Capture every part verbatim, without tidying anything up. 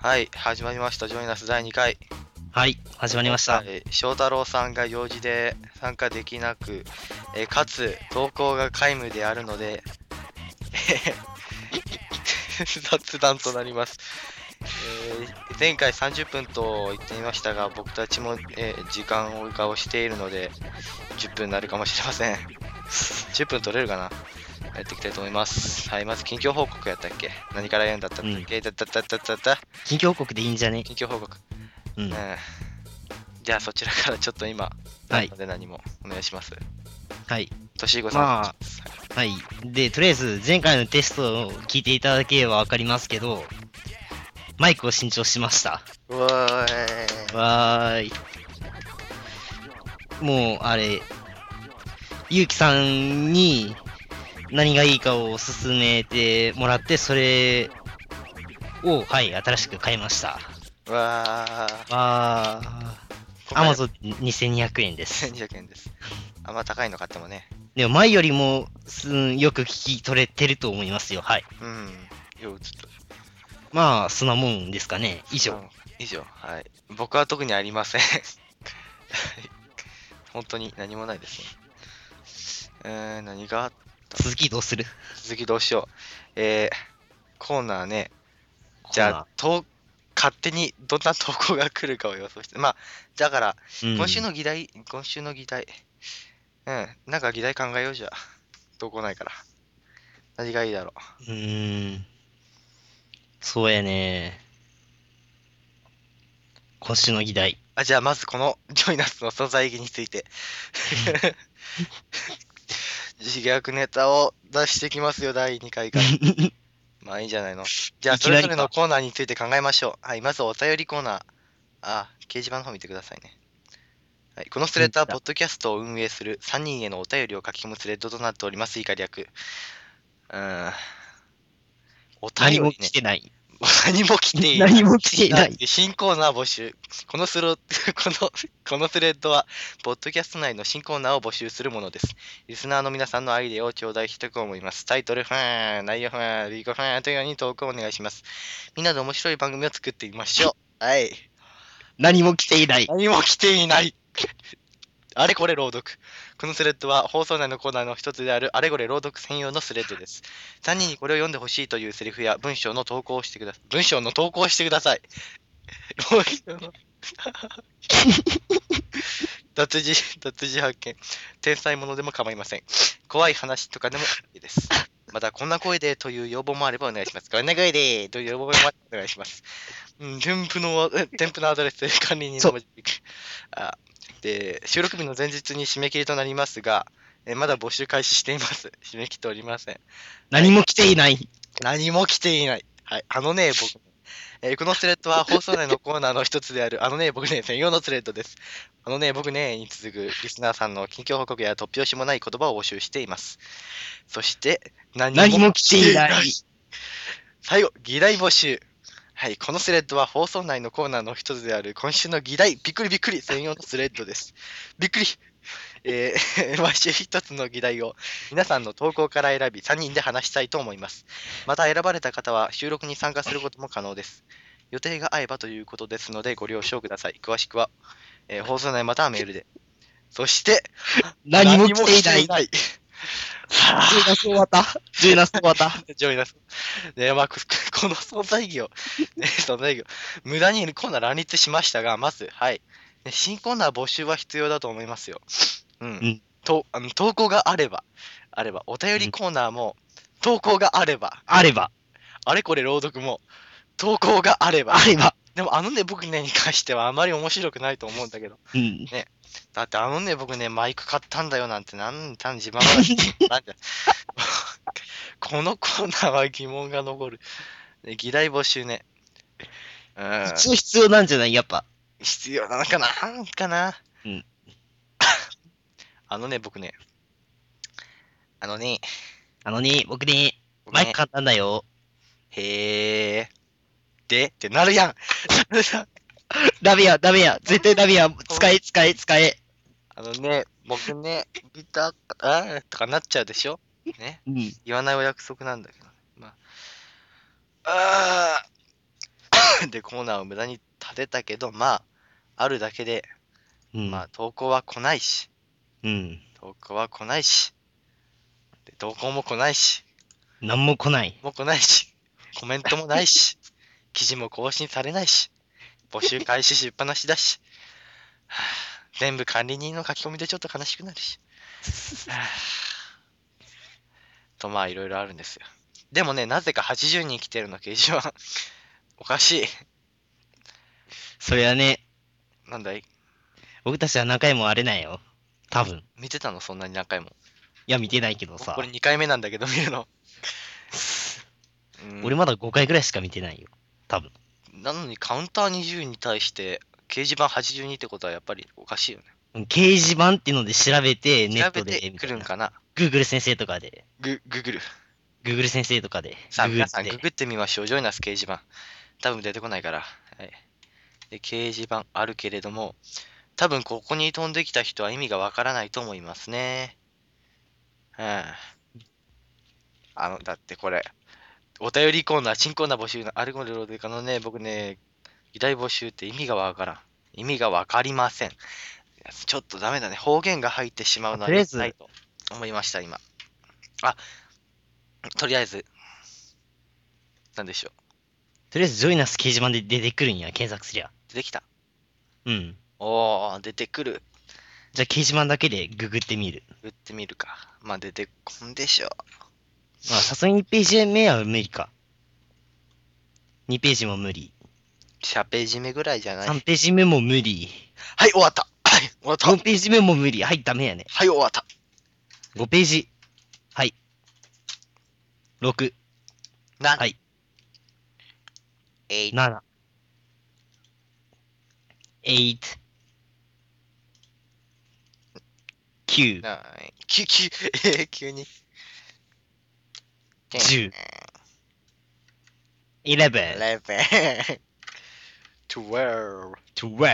はい、始まりました。ジョイナスだいにかい。 はい、始まりました。 はい、翔太郎さんが用事で参加できなく、えーかつ投稿が皆無であるので、えー雑談となります。えー前回さんじゅっぷんと言ってみましたが、僕たちも、えー時間をが押しているので、じゅっぷんになるかもしれません。じゅっぷん取れるかな。やっていきたいと思います。はい、まず近況報告やったっけ？何からやるんだったっけ？だったったったったった近況報告でいいんじゃね？ 近況報告。 うん。 うんじゃあそちらからちょっと今、 はないので何もお願いします。 はい。 としごさん。 まあ、はい。で、とりあえず前回のテストを聞いていただければわかりますけど、マイクを新調しました。 うわーい。 わーい。もう、あれ、ゆうきさんに何がいいかを勧めてもらって、それを、はい、新しく買いました。 わー。 わー。アマゾンにせんにひゃくえんです。 せんにひゃくえんです。あんま高いの買ってもね。 でも前よりも、すんよく聞き取れてると思いますよ。はい。 うん。ようちょっと。 まあ、そんなもんですかね。以上。 うん以上。はい。僕は特にありません。はい本当に何もないですね。えー、何があっ続きどうする？ 続きどうしよう。えー、コーナーね。じゃあ、と勝手にどんな投稿が来るかを予想して。まあ、だから、 あ、うん、 今週の議題、今週の議題。うん、なんか議題考えようじゃ。投稿ないから。何がいいだろう。 うーん、そうやね。今週の議題。 あ、じゃあまずこのジョイナスの素材意義について。自虐ネタを出してきますよ、だいにかいから。まあいいんじゃないの。じゃあそれぞれのコーナーについて考えましょう。はい、まずお便りコーナー。あ、掲示板の方見てくださいね。はい、このスレッドは、ポッドキャストを運営するさんにんへのお便りを書き込むスレッドとなっております。以下略。うーん。お便り、ね、 何も来てない。 何も来ていない。 何も来ていない。 新コーナー募集。このスロこの、このスレッドは、ポッドキャスト内の新コーナーを募集するものです。リスナーの皆さんのアイデアを頂戴したく思います。タイトル、ファーン、内容ファーン、リーコファーンというように投稿をお願いします。みんなで面白い番組を作ってみましょう。はい。 何も来ていない。 何も来ていない。あれこれ朗読。このスレッドは放送内のコーナーの一つであるあれこれ朗読専用のスレッドです。さんにんにこれを読んでほしいというセリフや文章の投稿をしてください。文章の投稿をしてください。脱字、脱字発見。天才ものでも構いません。怖い話とかでもいいです。また、こんな声でという要望もあればお願いします。こんな声でという要望もあればお願いします。うん、添付の、添付のアドレス、管理人の文字。あで、収録日の前日に締め切りとなりますが、えまだ募集開始しています。締め切っておりません。 何も来ていない。 何も来ていない。はい。あのね、僕、えーこのスレッドは放送内のコーナーの一つである、あのね、僕ね、専用のスレッドです。あのね、僕ね、に続くリスナーさんの近況報告や突拍子もない言葉を募集しています。そして、何も何も来ていない。 最後、議題募集。はい、このスレッドは放送内のコーナーの一つである今週の議題、びっくりびっくり専用のスレッドです。びっくり。えー毎週一つの議題を皆さんの投稿から選びさんにんで話したいと思います。また選ばれた方は収録に参加することも可能です。予定が合えばということですのでご了承ください。詳しくは、えー放送内またはメールで。そして、 何も来ていない。 ない。 ジョイナス終わった。ジョイナス終わった。 ジョイナス。ね、まあ、ここの存在意義を、ね、存在意義を、無駄にコーナー乱立しましたが、まず、はい。ね、新コーナー募集は必要だと思いますよ。うん。 うんとあの投稿があれば、あれば、お便りコーナーも、投稿があれば、 あれば。 あれこれ朗読も、投稿があれば。 あれば。 でも、あのね、僕ね、に関してはあまり面白くないと思うんだけど。 うん。 ね。だって、あのね、僕ね、マイク買ったんだよなんて、なんたん自慢話。なんてこのコーナーは疑問が残る。ね議題募集ね。うん。 一応必要なんじゃないやっぱ。 必要なのかなかなうん。 あのね、僕ね。あのね。 あのね、僕ね、 僕ねマイク買ったんだよ。 へえ。でってなるやん。 ダメや、ダメや。絶対ダメや。使え、使え、使え。 あのね、僕ね、ギター、あーとかなっちゃうでしょね。 うん。 言わないお約束なんだけど。まあ。あでコーナーを無駄に立てたけど、まあ、あるだけで、 うん。 まあ、投稿は来ないし、 うん。 投稿は来ないし、で投稿も来ないし、 なんも来ない。 もう来ないし、コメントもないし、記事も更新されないし、募集開始しっぱなしだし、はあ全部管理人の書き込みでちょっと悲しくなるし、はあとまあいろいろあるんですよ。でもね、なぜかはちじゅうにん来てるの掲示板。おかしい。 それはね、 なんだい僕たちは何回もあれないよ。多分。 見てたのそんなに何回も。 いや、見てないけどさ僕これ。にかいめなんだけど見るの。うん俺まだごかいぐらいしか見てないよ。多分。 なのにカウンターにじゅうに対して掲示板はちじゅうにってことはやっぱりおかしいよね。 うん掲示板っていうので調べて、ネットで調べてみたいな。 くるんかな。 Google 先生とかで。 グ、ググル。 Google 先生とかで。 さあググって皆さんググってみましょう。ジョイナス掲示板。多分出てこないから。はい。で、掲示板あるけれども、多分ここに飛んできた人は意味がわからないと思いますね。はあ、あの、だってこれ、お便りコーナー、新コーナー募集のアルゴリロデカのね、僕ね、議題募集って意味がわからん。意味がわかりません。ちょっとダメだね。方言が入ってしまうのはとりあえず良くないと思いました、今。あ、とりあえず、なんでしょう。 とりあえず、ジョイナス掲示板で出てくるんや、検索すりゃ。 出てきた。 うん。 おー、出てくる。 じゃあ、掲示板だけでググってみる。 打ってみるか。まあ出てこんでしょ。 まあ、さすがにいちページ目は無理か。にページも無理。 いちページ目ぐらいじゃない。 さんページ目も無理。 はい、終わった。はい、終わった。 よんページ目も無理。はい、ダメやね。 はい、終わった。 ごページ。はい。ろく。 な、 はい。 えい、 なな。はち。きゅう。 な、きゅ、きゅ、えー、急に。 じゅう。じゅういち。 eleven twelve じゅうに。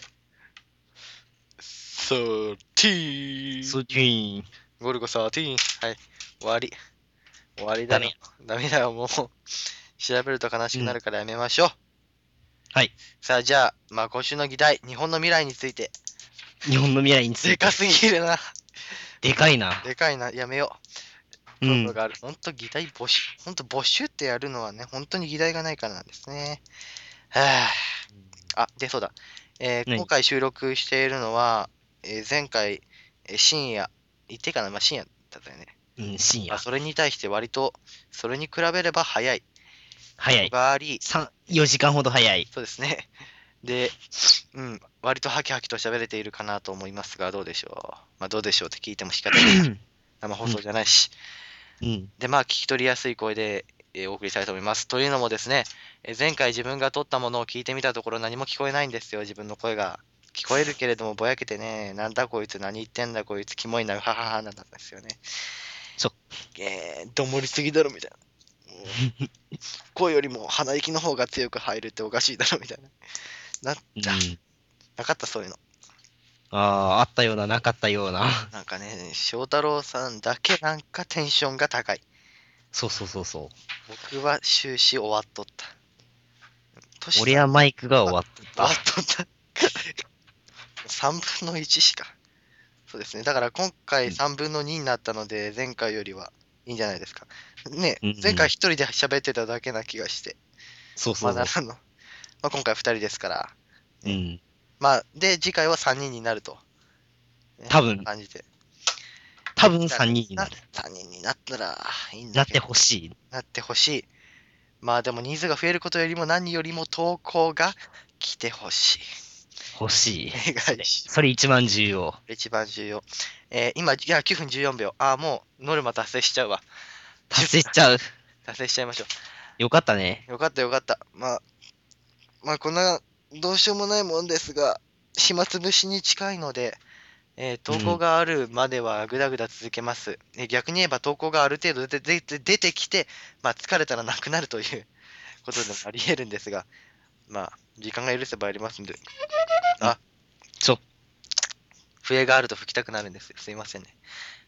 thirteen じゅうさん。 ゴルゴさんじゅうはい、終わり。終わりだダね。ダメだよ、もう。調べると悲しくなるからやめましょう。 はい。 さあ、じゃあ、まあ今週の議題、日本の未来について。 日本の未来について。 でかすぎるな。 でかいな。 でかいな。やめよう。 うんそういうの。がある。本当議題募集。本当募集ってやるのはね、本当に議題がないからなんですね。はあ。あ、で、そうだ。えー何今回収録しているのは、えー前回、えー深夜、言っていいかな、まあ、深夜だったよね。 うん、深夜まあ、。それに対して割と、それに比べれば早いの早い。 があり、 さん、よじかんほど早い。 そうですね。で、うん、割とハキハキと喋れているかなと思いますが、どうでしょう。まあ、どうでしょうって聞いても仕方ない。生放送じゃないし。 うん。 で、まあ、聞き取りやすい声で、えーお送りしたいと思います。というのもですね、えー前回自分が撮ったものを聞いてみたところ何も聞こえないんですよ、自分の声が。聞こえるけれどもぼやけてね、なんだこいつ、何言ってんだこいつ、キモいな、はははなんだったんですよね。 そう。 えー、どもりすぎだろみたいな。もう声よりも鼻息の方が強く入るっておかしいだろみたいな。なっちゃ、 うん。 なかったそういうの。 ああ、あったような、なかったような。 なんかね、翔太郎さんだけなんかテンションが高い。 そうそうそうそう。 僕は終始終わっとった。年俺はマイクが終わっ終わっとった。さんぶんのいちしか。そうですね。だから今回さんぶんのにになったので、前回よりはいいんじゃないですか。ねうんうん、 前回一人で喋ってただけな気がして。 そうそうそう。 まあならんの。まあ今回ふたりですから。 うん。 まあ、で、次回はさんにんになると。ね多分感じで。 多分さんにんになる。 さんにんになったらいいんなってだけど。 ほしい。 なってほしい。まあでも人数が増えることよりも何よりも投稿が来てほしい。 欲しい。 お願いします。 それ一番重要。 一番重要。えー今、いや、きゅうふんじゅうよんびょう。ああ、もうノルマ達成しちゃうわ。 達成しちゃう。 達成しちゃいましょよかったね。 う。よかったよかった。まあ、まあこんな、どうしようもないもんですが、暇つぶしに近いので、えー投稿があるまではぐだぐだ続けます。えー逆に言えば投稿がある程度出て出て出てきて、まあ疲れたらなくなるということでもあり得るんですが、まあ、時間が許せばやりますんで。あ、 ちょ、 笛があると吹きたくなるんですよ。すいませんね。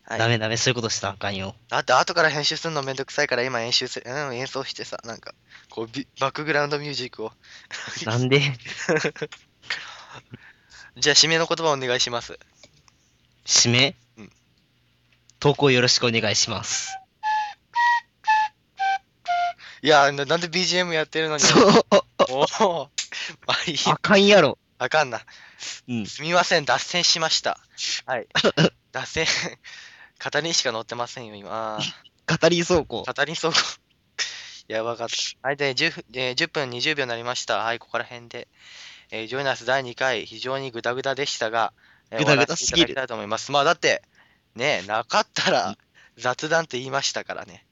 はいダメダメ、そういうことしたらあかんよ。 だって後から編集するのめんどくさいから今演習する、うん、演奏してさ、なんか、こうビ、バックグラウンドミュージックを。 なんで、 じゃあ、締めの言葉お願いします。 締め、 うん投稿よろしくお願いします。 いやな、なんで ビージーエム やってるのに。 そう、 おお、まあいい。 あかんやろ。 あかんな。 うん。 すみません、脱線しました。はい。脱線、語りにしか載ってませんよ、今。あー語り走行。 語りにそうこ。やばかった。はい、で、じゅう、えーじゅっぷんにじゅうびょうになりました。はい、ここら辺で。えージョイナスだいにかい、非常にグダグダでしたが、えーグダグダすぎる終わらせていただきたいと思います。まあ、だって、ね、なかったら雑談って言いましたからね。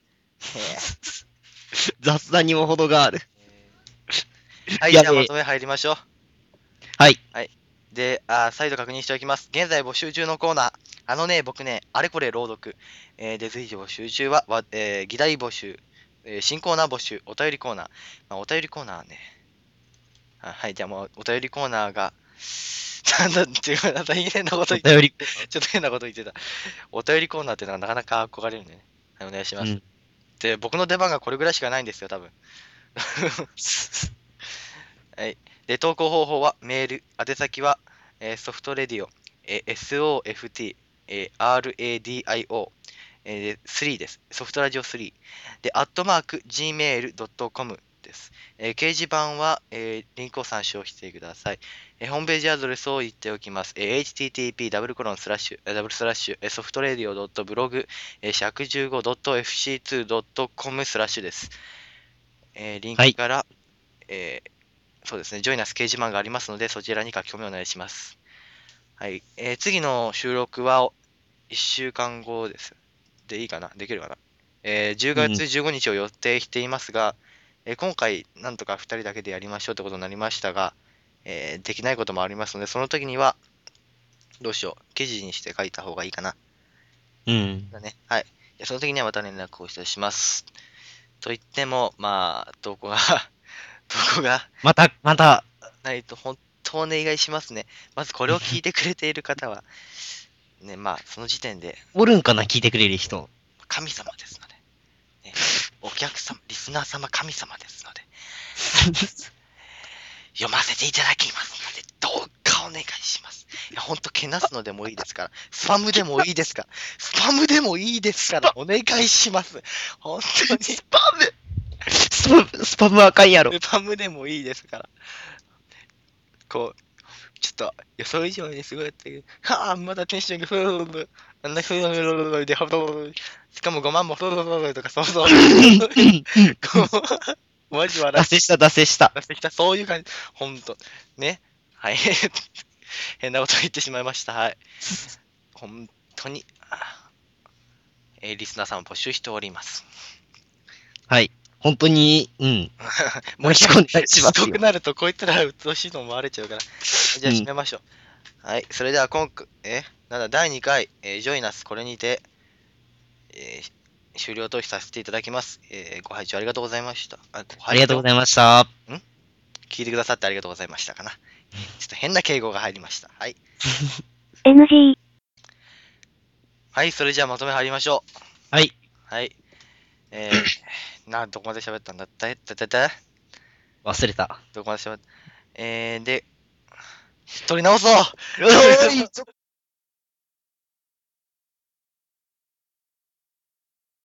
雑談にも程がある。 はい、 やべえじゃあまとめ入りましょう。 はい。 で、あー再度確認しておきます。現在募集中のコーナー。あのね、僕ね、あれこれ朗読。えーで、随時募集中は、わえー議題募集、えー新コーナー募集、お便りコーナー。まあ、お便りコーナーはね。あはい、じゃあもう、お便りコーナーが、なんだっていう、なんか変なこと言ってお便り。 ちょっと変なこと言ってた。お便りコーナーっていうのはなかなか憧れるんでね。はい、お願いします。 うん。 で、僕の出番がこれぐらいしかないんですよ、多分。はい。で、投稿方法はメール、宛先は、えーソフトレディオ、えー ソフト、えー ラディオ、えー、スリーです。ソフトラジオスリー。で、アットマーク、ジーメールドットコム です。えー掲示板は、えーリンクを参照してください。えーホームページアドレスを言っておきます。えー エイチティーティーピー ダブルコロンスラッシュ、ダブルスラッシュ、ソフトレディオ .blog、えー ひゃくじゅうご エフシーツー ドットコム スラッシュです。えーリンクから、えーそうですね、ジョイナス掲示板がありますので、そちらに書き込みをお願いします。はい。えー次の収録はいっしゅうかんごです。でいいかなできるかなえーじゅうがつじゅうごにちを予定していますが、えー今回、なんとかふたりだけでやりましょうってことになりましたが、えーできないこともありますので、その時には、どうしよう。記事にして書いた方がいいかな。 うん。 だね。はい。でその時にはまた連絡をいたします。と言っても、まあ、どこが、どこが、 また、また、 ないと本当お願いしますね。まずこれを聞いてくれている方は、ね、まあ、その時点でおるんかな、聞いてくれる人。 神様ですので、ね、お客様、リスナー様神様ですので、読ませていただきますので、どうかお願いします。いや、ほんと、けなすのでもいいですから、スパムでもいいですから、スパムでもいいですから、お願いします。本当に、 スパムスパム、スパムあかんやろ。 スパムでもいいですから。こう、ちょっと、予想以上にすごいやったけど、はあ、まだテンションがふーふー、あんなふーふーで、ほーしかもごまんもふーふーとか、そうそう。こうマジ笑脱線した、脱線した。 出してきた、そういう感じ。ほんと。ね。はい。変なこと言ってしまいました。はい。本当に、あえーリスナーさんを募集しております。 はい。本当に、うん。よもろしくお願いしますよしつこくなると、こいつら鬱陶しいの思われちゃうから。じゃあ、締めましょう。はい。それでは、今回、え、なんだ、だいにかい、えージョイナス、これにて、えー終了とさせていただきます。えーご拝聴ありがとうございました。あありがとうございいました。 ます。聞いてくださってありがとうございましたかな。ちょっと変な敬語が入りました。はい。 エヌジー。 はい、それじゃあまとめ入りましょう。 はい。 はい。えー、な、どこまで喋ったんだっただだだ忘れた。 どこまで喋ったえー、で、取り直そうおい